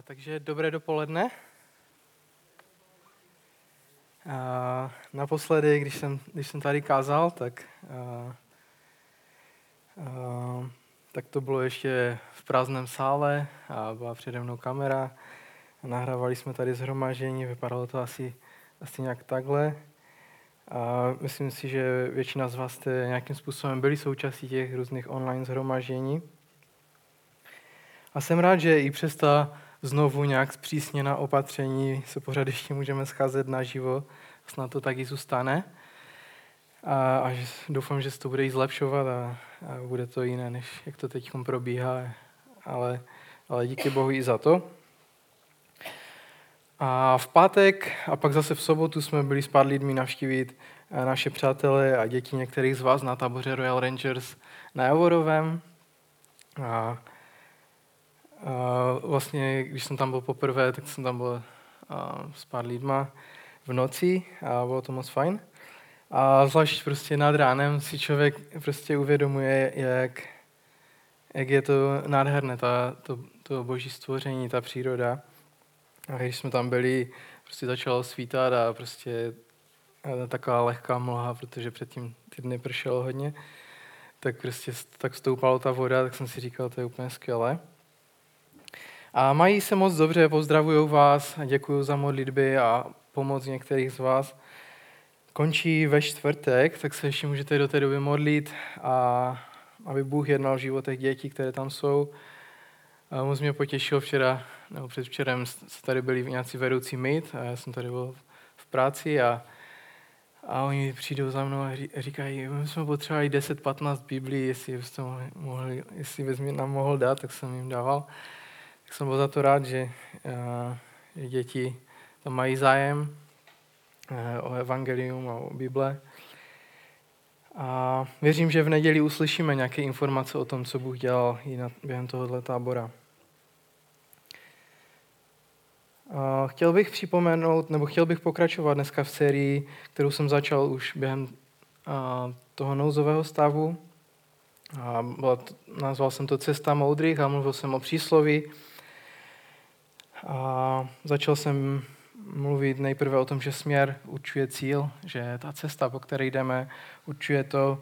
Takže dobré dopoledne. Naposledy, když jsem tady kázal, tak to bylo ještě v prázdném sále a byla přede mnou kamera. Nahrávali jsme tady shromáždění, vypadalo to asi nějak takhle. A myslím si, že většina z vás jste nějakým způsobem byli součástí těch různých online shromáždění. A jsem rád, že i přes ta znovu nějak zpřísněná opatření se pořád ještě můžeme scházet naživo. Snad to taky zůstane. A doufám, že se to bude i zlepšovat a bude to jiné, než jak to teď probíhá. Ale díky Bohu i za to. A v pátek a pak zase v sobotu jsme byli s pár lidmi navštívit naše přátelé a děti některých z vás na táboře Royal Rangers na Javorovém. A vlastně, když jsem tam byl poprvé, tak jsem tam byl s pár lidma v noci a bylo to moc fajn. A zvlášť prostě nad ránem si člověk prostě uvědomuje, jak je to nádherné, to boží stvoření, ta příroda. A když jsme tam byli, prostě začalo svítat a prostě taková lehká mlha, protože předtím ty dny pršelo hodně, tak prostě tak stoupala ta voda, tak jsem si říkal, to je úplně skvělé. A mají se moc dobře, pozdravujou vás a děkuju za modlitby a pomoc některých z vás. Končí ve čtvrtek, tak se ještě můžete do té doby modlit a aby Bůh jednal v životech dětí, které tam jsou. A moc mě potěšilo včera, nebo předvčerem, tady byli nějací vedoucí meet a já jsem tady byl v práci a oni přijdou za mnou a říkají, my jsme potřebovali 10-15 Biblí, jestli bys nám mohl dát, tak jsem jim dával. Tak jsem byl za to rád, že děti tam mají zájem o evangelium a o Bible. A věřím, že v neděli uslyšíme nějaké informace o tom, co Bůh dělal i během tohoto tábora. Chtěl bych pokračovat dneska v sérii, kterou jsem začal už během toho nouzového stavu. Nazval jsem to Cesta moudrých a mluvil jsem o přísloví. A začal jsem mluvit nejprve o tom, že směr určuje cíl, že ta cesta, po které jdeme, určuje to,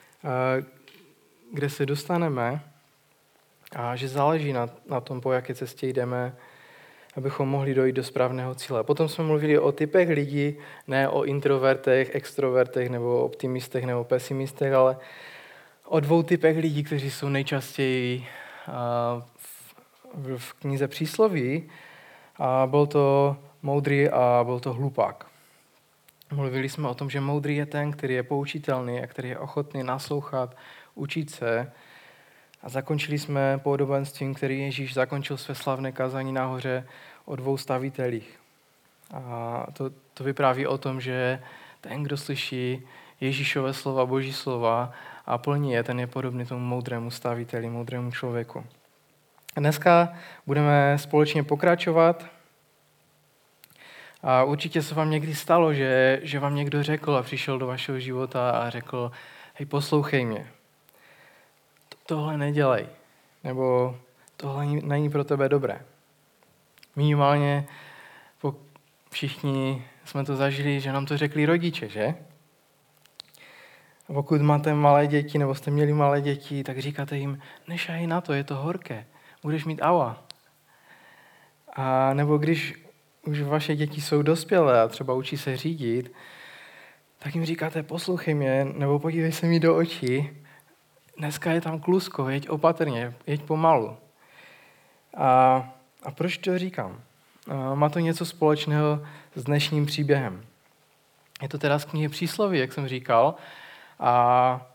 kde se dostaneme a že záleží na tom, po jaké cestě jdeme, abychom mohli dojít do správného cíle. Potom jsme mluvili o typech lidí, ne o introvertech, extrovertech nebo optimistech nebo pesimistech, ale o dvou typech lidí, kteří jsou nejčastěji v knize Přísloví. A byl to moudrý a byl to hlupák. Mluvili jsme o tom, že moudrý je ten, který je poučitelný a který je ochotný naslouchat, učit se. A zakončili jsme podobenstvím, který Ježíš zakončil své slavné kázání nahoře o dvou stavitelích. A to vypráví o tom, že ten, kdo slyší Ježíšové slova, Boží slova a plní je, ten je podobný tomu moudrému staviteli, moudrému člověku. Dneska budeme společně pokračovat a určitě se vám někdy stalo, že vám někdo řekl a přišel do vašeho života a řekl, hej, poslouchej mě, tohle nedělej, nebo tohle není pro tebe dobré. Minimálně všichni jsme to zažili, že nám to řekli rodiče, že? A pokud máte malé děti, nebo jste měli malé děti, tak říkáte jim, nešahej na to, je to horké. Budeš mít aua. A nebo když už vaše děti jsou dospělé a třeba učí se řídit, tak jim říkáte, poslouchej mě, nebo podívej se mi do očí. Dneska je tam klusko, jeď opatrně, jeď pomalu. A proč to říkám? Má to něco společného s dnešním příběhem. Je to teda z knihy Přísloví, jak jsem říkal. A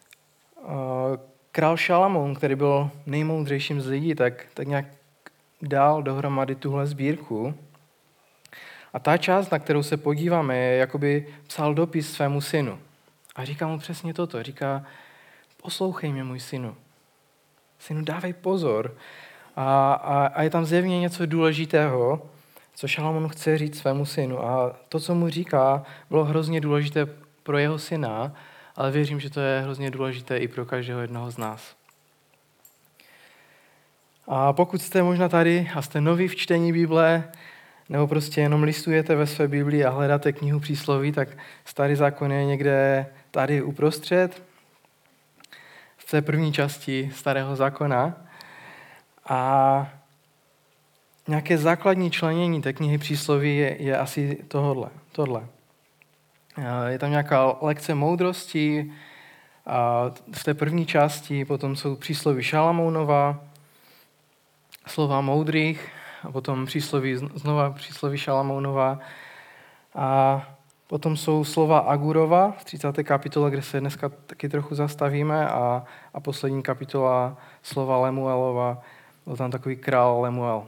král Šalamoun, který byl nejmoudřejším z lidí, tak nějak dal dohromady tuhle sbírku. A ta část, na kterou se podíváme, je jakoby psal dopis svému synu. A říká mu přesně toto. Říká, poslouchej mě, můj synu. Synu, dávej pozor. A je tam zjevně něco důležitého, co Šalamoun chce říct svému synu. A to, co mu říká, bylo hrozně důležité pro jeho syna, ale věřím, že to je hrozně důležité i pro každého jednoho z nás. A pokud jste možná tady a jste noví v čtení Bible, nebo prostě jenom listujete ve své Biblii a hledáte knihu přísloví, tak Starý zákon je někde tady uprostřed, v té první části Starého zákona. A nějaké základní členění té knihy přísloví je asi tohle. Je tam nějaká lekce moudrosti, a v té první části potom jsou přísloví Šalamounova, slova moudrých, a potom znova přísloví Šalamounova. A potom jsou slova Agurova v 30. kapitole, kde se dneska taky trochu zastavíme, a poslední kapitola slova Lemuelova, byl tam takový král Lemuel.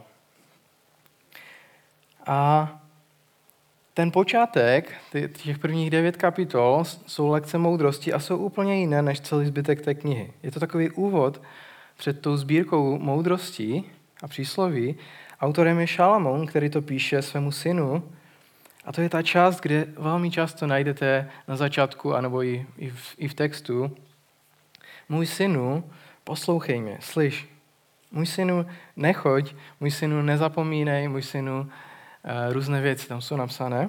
A ten počátek, těch prvních 9 kapitol, jsou lekce moudrosti a jsou úplně jiné než celý zbytek té knihy. Je to takový úvod před tou sbírkou moudrosti a přísloví. Autorem je Šalamoun, který to píše svému synu. A to je ta část, kde velmi často najdete na začátku, anebo i v textu: Můj synu, poslouchej mě, slyš. Můj synu, nechoď, můj synu, nezapomínej, můj synu, různé věci tam jsou napsané.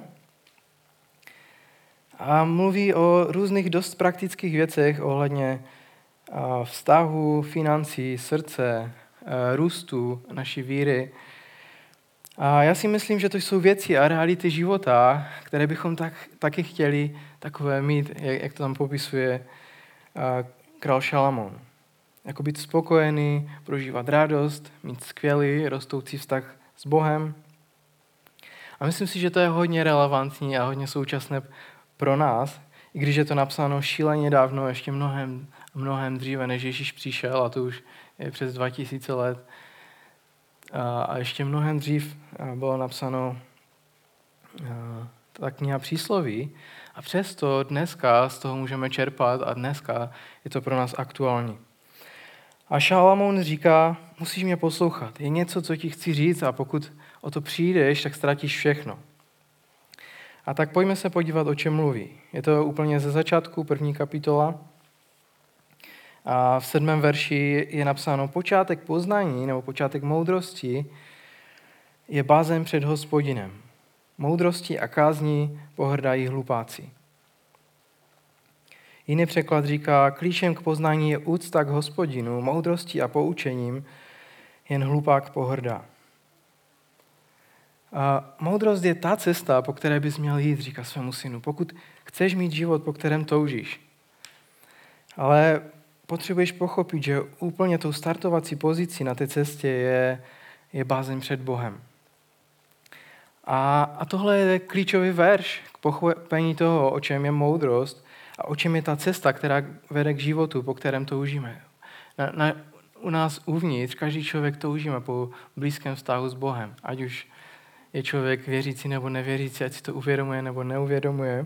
A mluví o různých dost praktických věcech ohledně vztahu, financí, srdce, růstu naší víry. A já si myslím, že to jsou věci a reality života, které bychom taky chtěli takové mít, jak to tam popisuje král Šalamoun. Jako být spokojený, prožívat radost, mít skvělý, rostoucí vztah s Bohem. A myslím si, že to je hodně relevantní a hodně současné pro nás, i když je to napsáno šíleně dávno, ještě mnohem dříve, než Ježíš přišel, a to už je přes 2000 let. A ještě mnohem dřív bylo napsáno ta kniha přísloví, a přesto dneska z toho můžeme čerpat a dneska je to pro nás aktuální. A Šalamoun říká: musíš mě poslouchat, je něco, co ti chci říct, a pokud o to přijdeš, tak ztratíš všechno. A tak pojďme se podívat, o čem mluví. Je to úplně ze začátku, první kapitola. A v 7. verši je napsáno: počátek poznání nebo počátek moudrosti je bázeň před Hospodinem. Moudrosti a kázní pohrdají hlupáci. Jiný překlad říká: klíčem k poznání je úcta k Hospodinu, moudrostí a poučením jen hlupák pohrdá. A moudrost je ta cesta, po které bys měl jít, říká svému synu, pokud chceš mít život, po kterém toužíš. Ale potřebuješ pochopit, že úplně tou startovací pozicí na té cestě je bázeň před Bohem. A tohle je klíčový verš k pochopení toho, o čem je moudrost a o čem je ta cesta, která vede k životu, po kterém toužíme. U nás uvnitř každý člověk toužíme po blízkém vztahu s Bohem, ať už je člověk věřící nebo nevěřící, ať si to uvědomuje nebo neuvědomuje.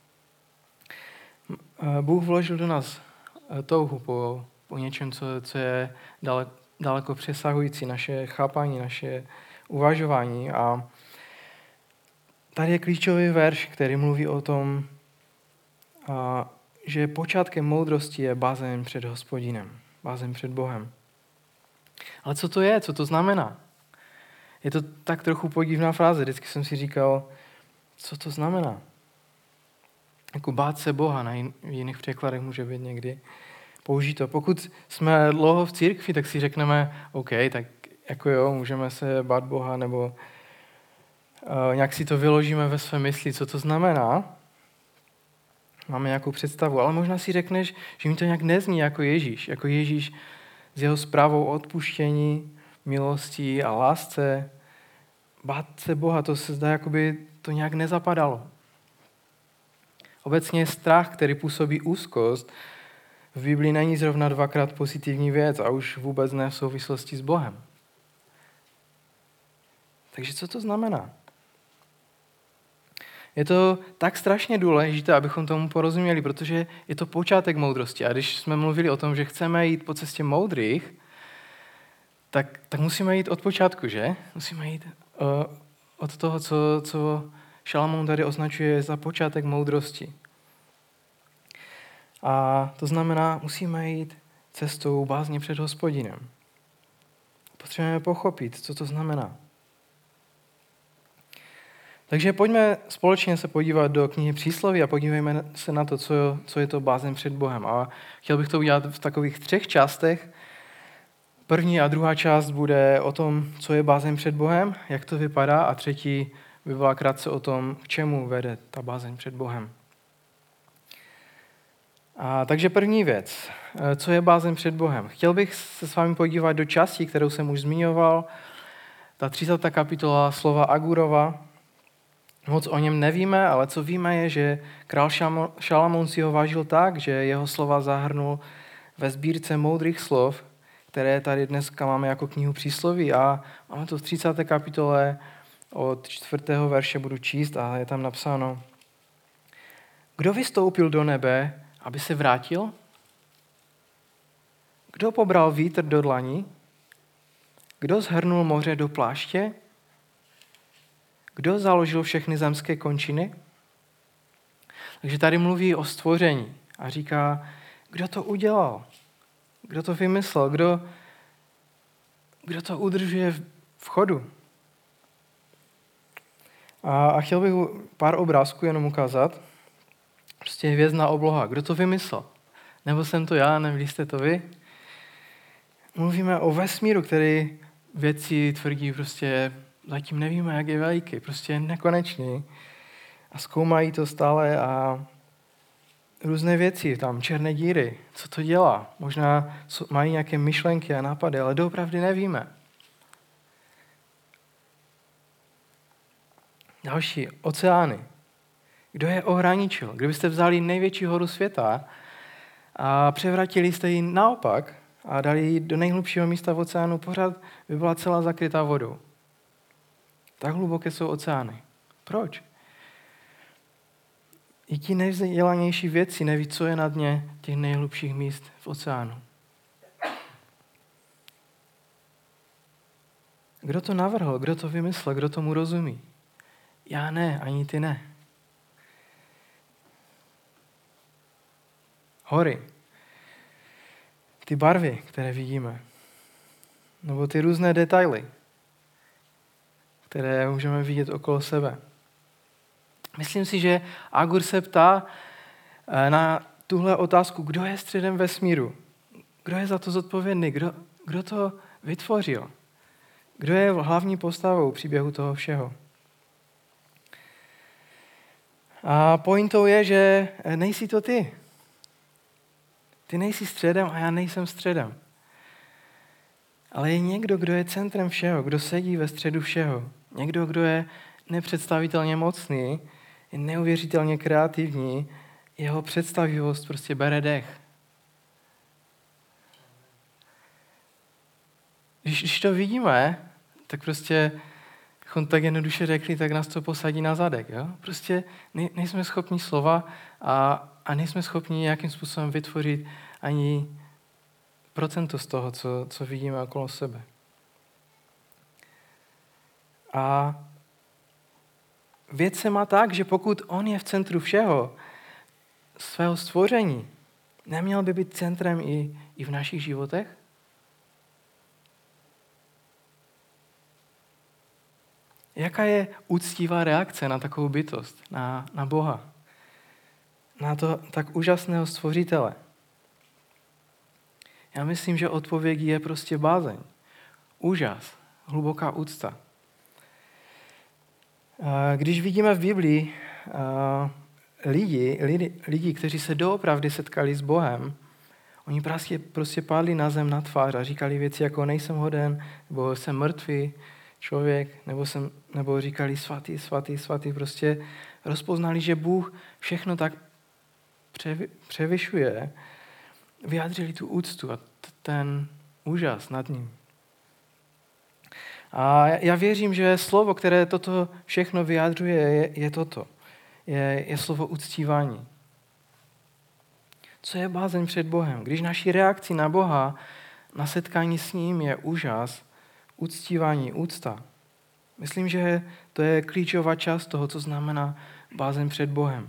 Bůh vložil do nás touhu po něčem, co je daleko přesahující naše chápání, naše uvažování. A tady je klíčový verš, který mluví o tom, že počátkem moudrosti je bázeň před Hospodinem, bázeň před Bohem. Ale co to je? Co to znamená? Je to tak trochu podivná fráze. Vždycky jsem si říkal, co to znamená. Jako bát se Boha, v jiných překladech může být někdy použito. Pokud jsme dlouho v církvi, tak si řekneme, OK, tak jako jo, můžeme se bát Boha, nebo nějak si to vyložíme ve své mysli, co to znamená. Máme nějakou představu, ale možná si řekneš, že mi to nějak nezní jako Ježíš s jeho zprávou o odpuštění, milostí a lásce. Bát se Boha, to se zdá, jako by to nějak nezapadalo. Obecně strach, který působí úzkost, v Biblii není zrovna 2krát pozitivní věc a už vůbec ne v souvislosti s Bohem. Takže co to znamená? Je to tak strašně důležité, abychom tomu porozuměli, protože je to počátek moudrosti. A když jsme mluvili o tom, že chceme jít po cestě moudrých, tak musíme jít od počátku, že? Musíme jít od toho, co Šalamoun tady označuje za počátek moudrosti. A to znamená, musíme jít cestou bázně před Hospodinem. Potřebujeme pochopit, co to znamená. Takže pojďme společně se podívat do knihy Přísloví a podívejme se na to, co je to bázeň před Bohem. A chtěl bych to udělat v takových 3 částech. První a druhá část bude o tom, co je bázeň před Bohem, jak to vypadá, a třetí by byla krátce o tom, k čemu vede ta bázeň před Bohem. Takže první věc, co je bázeň před Bohem. Chtěl bych se s vámi podívat do části, kterou jsem už zmiňoval, ta 30. kapitola slova Agurova. Moc o něm nevíme, ale co víme je, že král Šalamoun si ho vážil tak, že jeho slova zahrnul ve sbírce moudrých slov, které tady dneska máme jako knihu Přísloví, a máme to v 30. kapitole od 4. verše budu číst a je tam napsáno: Kdo vystoupil do nebe, aby se vrátil? Kdo pobral vítr do dlaní? Kdo zhrnul moře do pláště? Kdo založil všechny zemské končiny? Takže tady mluví o stvoření a říká, kdo to udělal? Kdo to vymyslel? Kdo to udržuje v chodu? A chtěl bych pár obrázků jenom ukázat. Prostě hvězdná obloha. Kdo to vymyslel? Nebo jsem to já, nebo jste to vy? Mluvíme o vesmíru, který vědci tvrdí, prostě zatím nevíme, jak je veliký, prostě je nekonečný. A zkoumají to stále a různé věci, tam černé díry, co to dělá. Možná mají nějaké myšlenky a nápady, ale doopravdy nevíme. Další, oceány. Kdo je ohraničil? Kdybyste vzali největší horu světa a převratili jste ji naopak a dali ji do nejhlubšího místa v oceánu, pořád by byla celá zakrytá vodou. Tak hluboké jsou oceány. Proč? I ti nejvzdělanější vědci neví, co je na dně těch nejhlubších míst v oceánu. Kdo to navrhl? Kdo to vymyslel? Kdo tomu rozumí? Já ne, ani ty ne. Hory. Ty barvy, které vidíme. Nebo ty různé detaily, které můžeme vidět okolo sebe. Myslím si, že Agur se ptá na tuhle otázku, kdo je středem vesmíru? Kdo je za to zodpovědný? Kdo to vytvořil? Kdo je hlavní postavou příběhu toho všeho? A pointou je, že nejsi to ty. Ty nejsi středem a já nejsem středem. Ale je někdo, kdo je centrem všeho, kdo sedí ve středu všeho. Někdo, kdo je nepředstavitelně mocný, je neuvěřitelně kreativní, jeho představivost prostě bere dech. Když to vidíme, tak prostě, bychom tak jednoduše řekli, tak nás to posadí na zadek. Jo? Prostě nejsme schopni slova a nejsme schopni nějakým způsobem vytvořit ani procento z toho, co vidíme okolo sebe. A věc se má tak, že pokud on je v centru všeho, svého stvoření, neměl by být centrem i v našich životech? Jaká je úctivá reakce na takovou bytost, na Boha? Na to tak úžasného stvořitele? Já myslím, že odpovědí je prostě bázeň. Úžas, hluboká úcta. Když vidíme v Biblii lidi, kteří se doopravdy setkali s Bohem, oni prostě padli na zem na tvář a říkali věci jako nejsem hoden, nebo jsem mrtvý člověk, nebo říkali svatý, svatý, svatý. Prostě rozpoznali, že Bůh všechno tak převyšuje, vyjádřili tu úctu a ten úžas nad ním. A já věřím, že slovo, které toto všechno vyjádřuje, je toto. Je slovo uctívání. Co je bázeň před Bohem? Když naší reakcí na Boha, na setkání s ním je úžas, uctívání, úcta. Myslím, že to je klíčová část toho, co znamená bázeň před Bohem.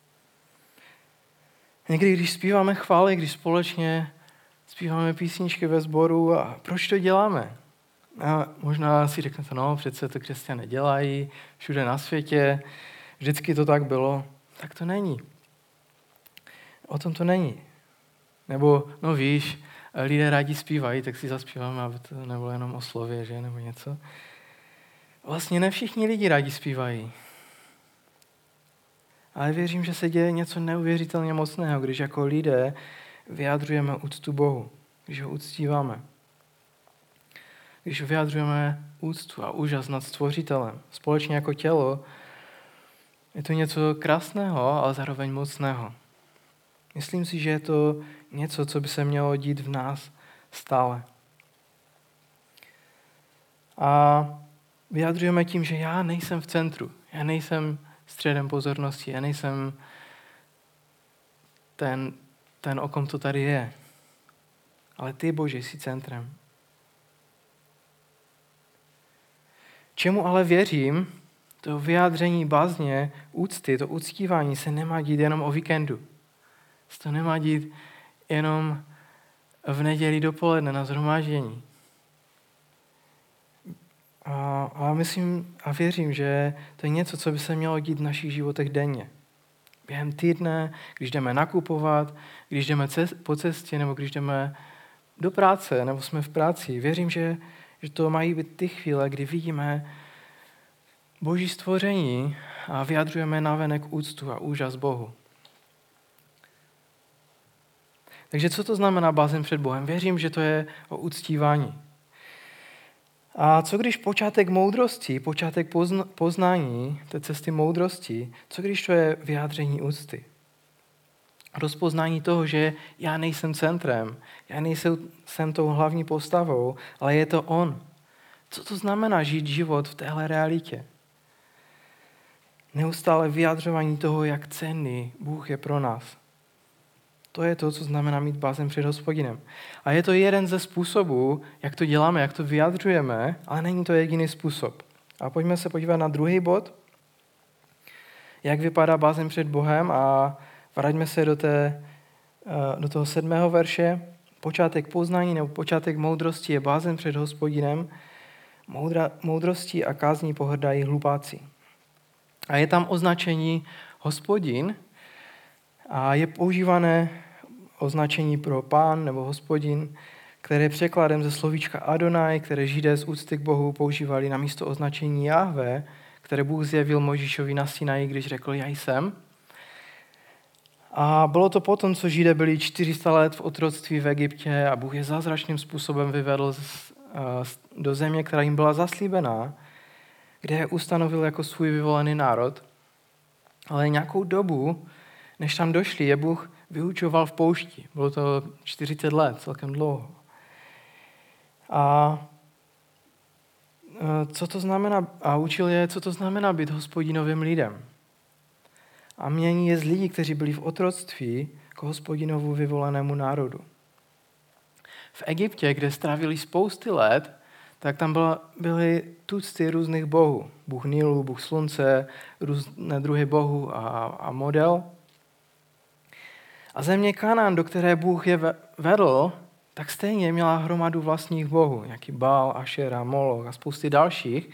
Někdy, když zpíváme chvály, když společně zpíváme písničky ve sboru, a proč to děláme? A možná si řeknete, no, přece to křesťané dělají, všude na světě, vždycky to tak bylo. Tak to není. O tom to není. Nebo, no víš, lidé rádi zpívají, tak si zaspíváme, aby to nebylo jenom o slově, že, nebo něco. Vlastně ne všichni lidi rádi zpívají. Ale věřím, že se děje něco neuvěřitelně mocného, když jako lidé vyjadřujeme úctu Bohu, když ho uctíváme. Když vyjadřujeme úctu a úžas nad Stvořitelem, společně jako tělo, je to něco krásného, ale zároveň mocného. Myslím si, že je to něco, co by se mělo dít v nás stále. A vyjadřujeme tím, že já nejsem v centru, já nejsem středem pozornosti, já nejsem ten o kom to tady je. Ale ty, Bože, jsi centrem. Čemu ale věřím, to vyjádření bázně, úcty, to uctívání se nemá dít jenom o víkendu. Se to nemá dít jenom v neděli dopoledne na shromáždění. A myslím a věřím, že to je něco, co by se mělo dít v našich životech denně. Během týdne, když jdeme nakupovat, když jdeme po cestě, nebo když jdeme do práce, nebo jsme v práci. Věřím, že to mají být ty chvíle, kdy vidíme Boží stvoření a vyjadřujeme navenek úctu a úžas Bohu. Takže co to znamená bázeň před Bohem? Věřím, že to je o uctívání. A co když počátek moudrosti, počátek poznání té cesty moudrosti, co když to je vyjádření úcty? Rozpoznání toho, že já nejsem centrem, já nejsem tou hlavní postavou, ale je to on. Co to znamená žít život v téhle realitě? Neustále vyjadřování toho, jak cenný Bůh je pro nás. To je to, co znamená mít bázeň před Hospodinem. A je to jeden ze způsobů, jak to děláme, jak to vyjadřujeme, ale není to jediný způsob. A pojďme se podívat na druhý bod, jak vypadá bázeň před Bohem a vraťme se do toho 7. verše. Počátek poznání nebo počátek moudrosti je bázeň před Hospodinem. Moudrosti a kázní pohrdají hlupáci. A je tam označení Hospodin a je používané označení pro Pán nebo Hospodin, které je překladem ze slovíčka Adonai, které Židé z úcty k Bohu používali na místo označení Jahve, které Bůh zjevil Mojžíšovi na Sinaji, když řekl já jsem. A bylo to potom, co Židé byli 400 let v otroctví v Egyptě a Bůh je zázračným způsobem vyvedl do země, která jim byla zaslíbená, kde je ustanovil jako svůj vyvolený národ. Ale nějakou dobu, než tam došli, je Bůh vyučoval v poušti. Bylo to 40 let, celkem dlouho. A co to znamená? A učil je, co to znamená být Hospodinovým lidem. A mění je z lidí, kteří byli v otroctví, k Hospodinovu vyvolenému národu. V Egyptě, kde strávili spousty let, tak tam byly tucty různých bohů. Bůh Nilu, Bůh slunce, různé druhy bohů a model. A země Kanán, do které Bůh je vedl, tak stejně měla hromadu vlastních bohů. Nějaký Baal, Ašera, Moloch a spousty dalších.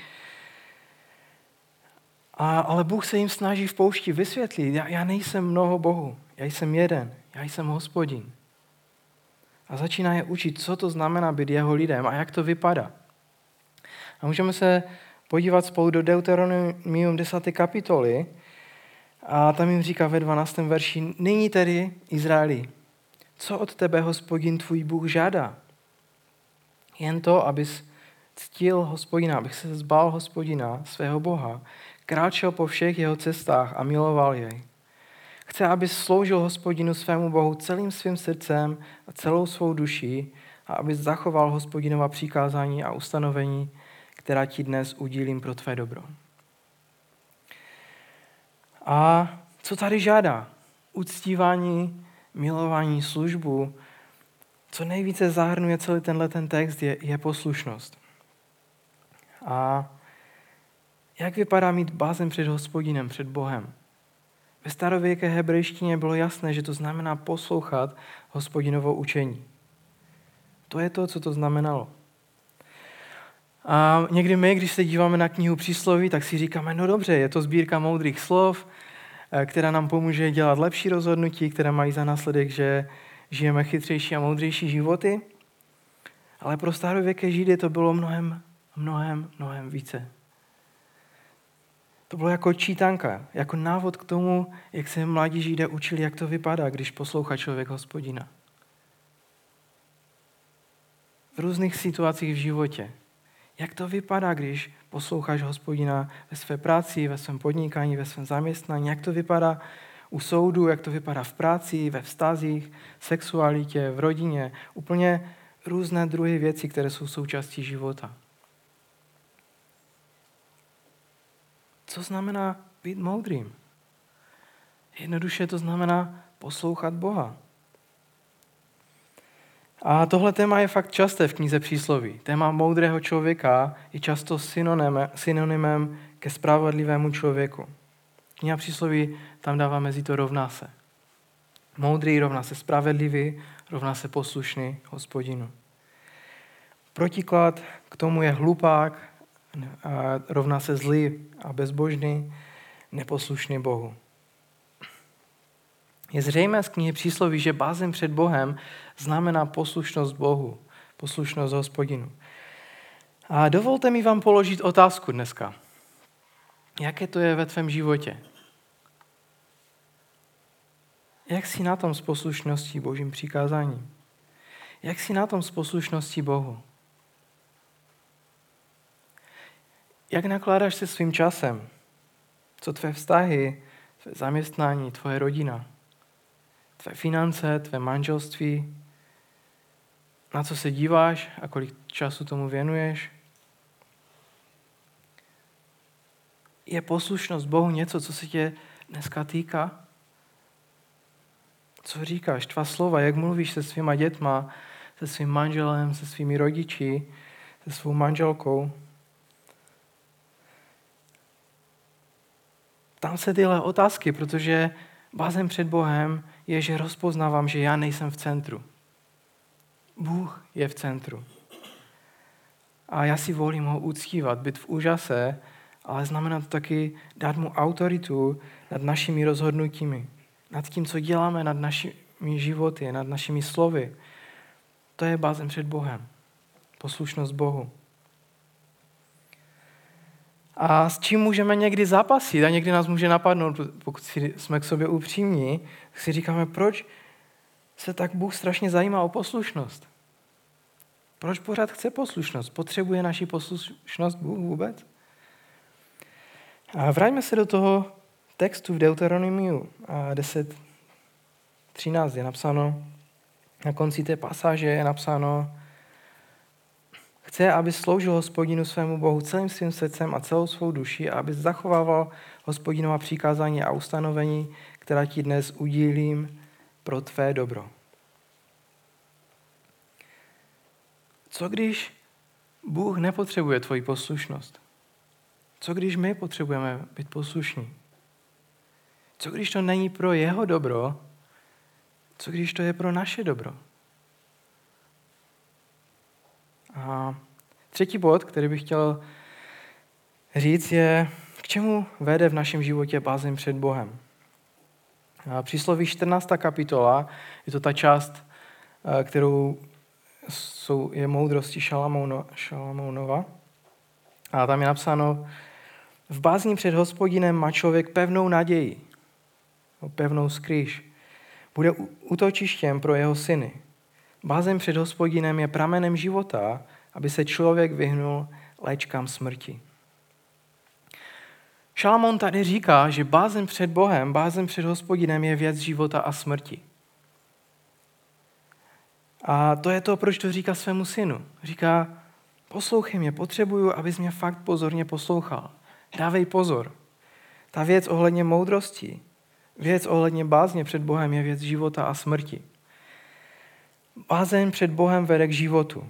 Ale Bůh se jim snaží v poušti vysvětlit, já nejsem mnoho bohů, já jsem jeden, já jsem Hospodin. A začíná je učit, co to znamená být jeho lidem a jak to vypadá. A můžeme se podívat spolu do Deuteronomium 10. kapitoly a tam jim říká ve 12. verši, nyní tedy Izraeli, co od tebe Hospodin tvůj Bůh žádá? Jen to, abys ctil Hospodina, abych se zbál Hospodina, svého Boha, kráčel po všech jeho cestách a miloval jej. Chce, abys sloužil Hospodinu svému Bohu celým svým srdcem a celou svou duší a abys zachoval Hospodinova přikázání a ustanovení, která ti dnes udílím pro tvé dobro. A co tady žádá? Uctívání, milování, službu. Co nejvíce zahrnuje celý ten text je poslušnost. A jak vypadá mít bázeň před Hospodinem, před Bohem? Ve starověké hebrejštině bylo jasné, že to znamená poslouchat Hospodinovo učení. To je to, co to znamenalo. A někdy my, když se díváme na knihu Přísloví, tak si říkáme, no dobře, je to sbírka moudrých slov, která nám pomůže dělat lepší rozhodnutí, které mají za následek, že žijeme chytřejší a moudřejší životy. Ale pro starověké Židy to bylo mnohem více. To bylo jako čítanka, jako návod k tomu, jak se mladí Židé učili, jak to vypadá, když poslouchá člověk Hospodina. V různých situacích v životě. Jak to vypadá, když posloucháš Hospodina ve své práci, ve svém podnikání, ve svém zaměstnání? Jak to vypadá u soudu, jak to vypadá v práci, ve vztazích, sexualitě, v rodině? Úplně různé druhy věcí, které jsou součástí života. Co znamená být moudrým? Jednoduše to znamená poslouchat Boha. A tohle téma je fakt časté v knize Přísloví. Téma moudrého člověka je často synonymem ke spravedlivému člověku. Kniha Přísloví tam dává mezi to rovná se. Moudrý rovná se spravedlivý, rovná se poslušný Hospodinu. Protiklad k tomu je hlupák, rovná se zlý a bezbožný, neposlušný Bohu. Je zřejmé z knihy Přísloví, že bázeň před Bohem znamená poslušnost Bohu, poslušnost Hospodinu. A dovolte mi vám položit otázku dneska. Jaké to je ve tvém životě? Jak jsi na tom s poslušností Božím přikázáním? Jak jsi na tom s poslušností Bohu? Jak nakládáš se svým časem? Co tvé vztahy, tvé zaměstnání, tvoje rodina? Tvé finance, tvé manželství? Na co se díváš a kolik času tomu věnuješ? Je poslušnost Bohu něco, co se tě dneska týká? Co říkáš? Tvá slova, jak mluvíš se svýma dětma, se svým manželem, se svými rodiči, se svou manželkou? Tam se tyhle otázky, protože bázeň před Bohem je, že rozpoznávám, že já nejsem v centru. Bůh je v centru. A já si volím ho uctívat, být v úžase, ale znamená to taky dát mu autoritu nad našimi rozhodnutími, nad tím, co děláme, nad našimi životy, nad našimi slovy. To je bázeň před Bohem. Poslušnost Bohu. A s čím můžeme někdy zápasit a někdy nás může napadnout, pokud jsme k sobě upřímní, tak si říkáme, proč se tak Bůh strašně zajímá o poslušnost. Proč pořád chce poslušnost? Potřebuje naši poslušnost Bůh vůbec? A vraťme se do toho textu v Deuteronomiu 10:13 je napsáno, na konci té pasáže je napsáno, chce, aby sloužil Hospodinu svému Bohu celým svým srdcem a celou svou duší a aby zachovával Hospodinova přikázání a ustanovení, která ti dnes udílím pro tvé dobro. Co když Bůh nepotřebuje tvoji poslušnost? Co když my potřebujeme být poslušní? Co když to není pro jeho dobro? Co když to je pro naše dobro? A třetí bod, který bych chtěl říct, je, k čemu vede v našem životě bázeň před Bohem. A Přísloví 14. kapitola, je to ta část, kterou je moudrosti Šalamounova. A tam je napsáno, v bázni před Hospodinem má člověk pevnou naději, pevnou skrýš. Bude útočištěm pro jeho syny. Bázeň před Hospodinem je pramenem života, aby se člověk vyhnul léčkám smrti. Šalamoun tady říká, že bázeň před Bohem, bázeň před Hospodinem je věc života a smrti. A to je to, proč to říká svému synu. Říká, poslouchej mě, potřebuju, abys mě fakt pozorně poslouchal. Dávej pozor. Ta věc ohledně moudrosti, věc ohledně bázně před Bohem je věc života a smrti. Bázeň před Bohem vede k životu.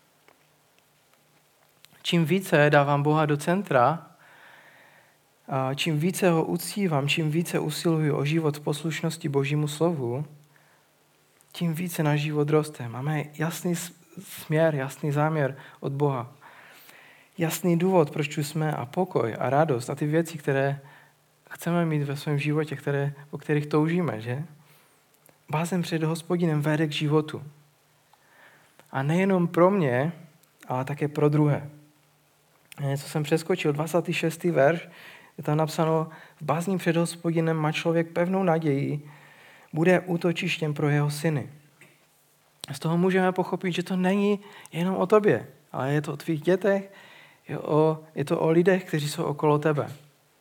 Čím více dávám Boha do centra, a čím více ho uctívám, čím více usiluji o život v poslušnosti Božímu slovu, tím více náš život roste. Máme jasný směr, jasný záměr od Boha. jasný důvod, proč tu jsme a pokoj a radost a ty věci, které chceme mít ve svém životě, po kterých toužíme, že? Bázeň před Hospodinem vede k životu. A nejenom pro mě, ale také pro druhé. Něco jsem přeskočil, 26. verš, je tam napsáno, v bázni před Hospodinem má člověk pevnou naději, bude útočištěm pro jeho syny. Z toho můžeme pochopit, že to není jenom o tobě, ale je to o tvých dětech, je to o lidech, kteří jsou okolo tebe.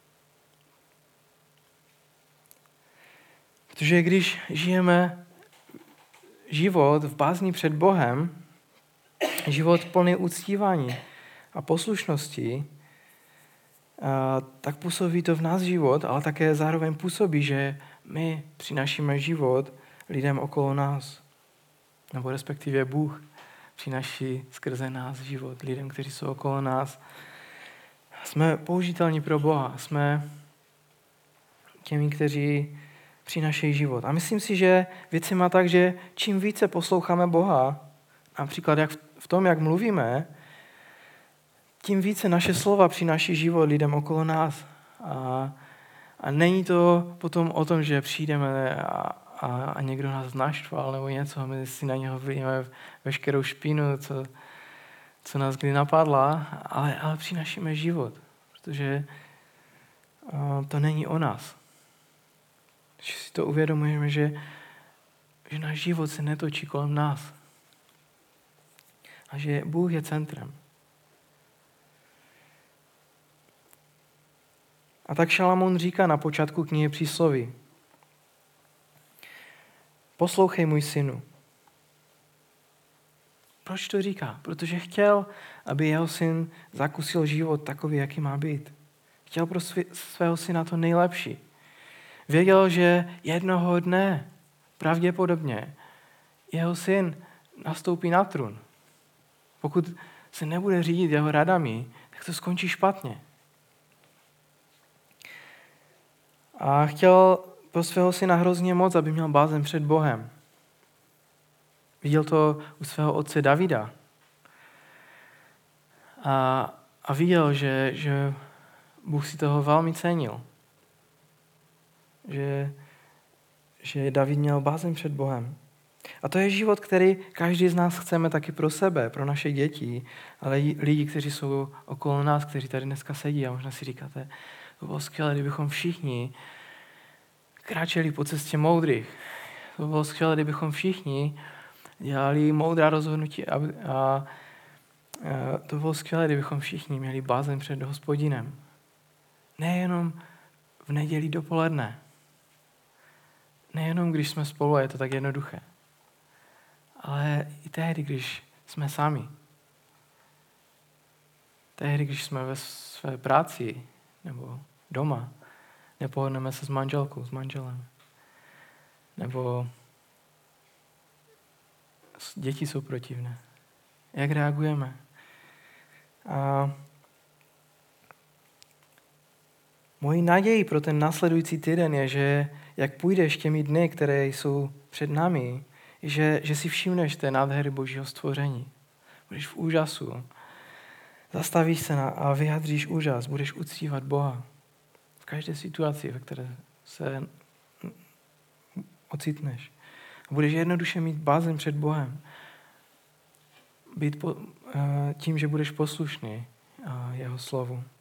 Protože když žijeme život v bázni před Bohem, život plný uctívání a poslušnosti, tak působí to v nás život, ale také zároveň působí, že my přinášíme život lidem okolo nás. Nebo respektive Bůh přináší skrze nás život lidem, kteří jsou okolo nás. Jsme použitelní pro Boha, jsme těmi, kteří přinášejí život. A myslím si, že věc má tak, že čím více posloucháme Boha, například jak v tom, jak mluvíme, tím více naše slova přináší život lidem okolo nás. A není to potom o tom, že přijdeme a někdo nás naštval nebo něco a my si na něho vyjíme veškerou špínu, co nás kdy napadla, ale přinášíme život, protože to není o nás. Že si to uvědomujeme, že náš život se netočí kolem nás a že Bůh je centrem. A tak Šalamún říká na počátku knihy Přísloví. Poslouchej, můj synu. Proč to říká? Protože chtěl, aby jeho syn zakusil život takový, jaký má být. Chtěl pro svého syna to nejlepší. Věděl, že jednoho dne, pravděpodobně, jeho syn nastoupí na trůn. Pokud se nebude řídit jeho radami, tak to skončí špatně. A chtěl pro svého syna hrozně moc, aby měl bázeň před Bohem. Viděl to u svého otce Davida. A viděl, že Bůh si toho velmi cenil. Že David měl bázeň před Bohem. A to je život, který každý z nás chceme taky pro sebe, pro naše děti, ale lidi, kteří jsou okolo nás, kteří tady dneska sedí a možná si říkáte, to bylo skvělé, kdybychom všichni kráčeli po cestě moudrých. To bylo skvělé, kdybychom všichni dělali moudrá rozhodnutí a to bylo skvělé, kdybychom všichni měli bázeň před Hospodinem. Nejenom v neděli dopoledne. Nejenom když jsme spolu a je to tak jednoduché. Ale i tehdy, když jsme sami. Tehdy, když jsme ve své práci nebo doma, nepohodneme se s manželkou, s manželem. Nebo děti jsou protivné. Jak reagujeme? A mojí naději pro ten následující týden je, že jak půjdeš těmi dny, které jsou před námi, že si všimneš té nádhery Božího stvoření. Budeš v úžasu. Zastavíš se a vyjádříš úžas. Budeš uctívat Boha. V každé situaci, ve které se ocitneš. A budeš jednoduše mít bázeň před Bohem. Být tím, že budeš poslušný jeho slovu.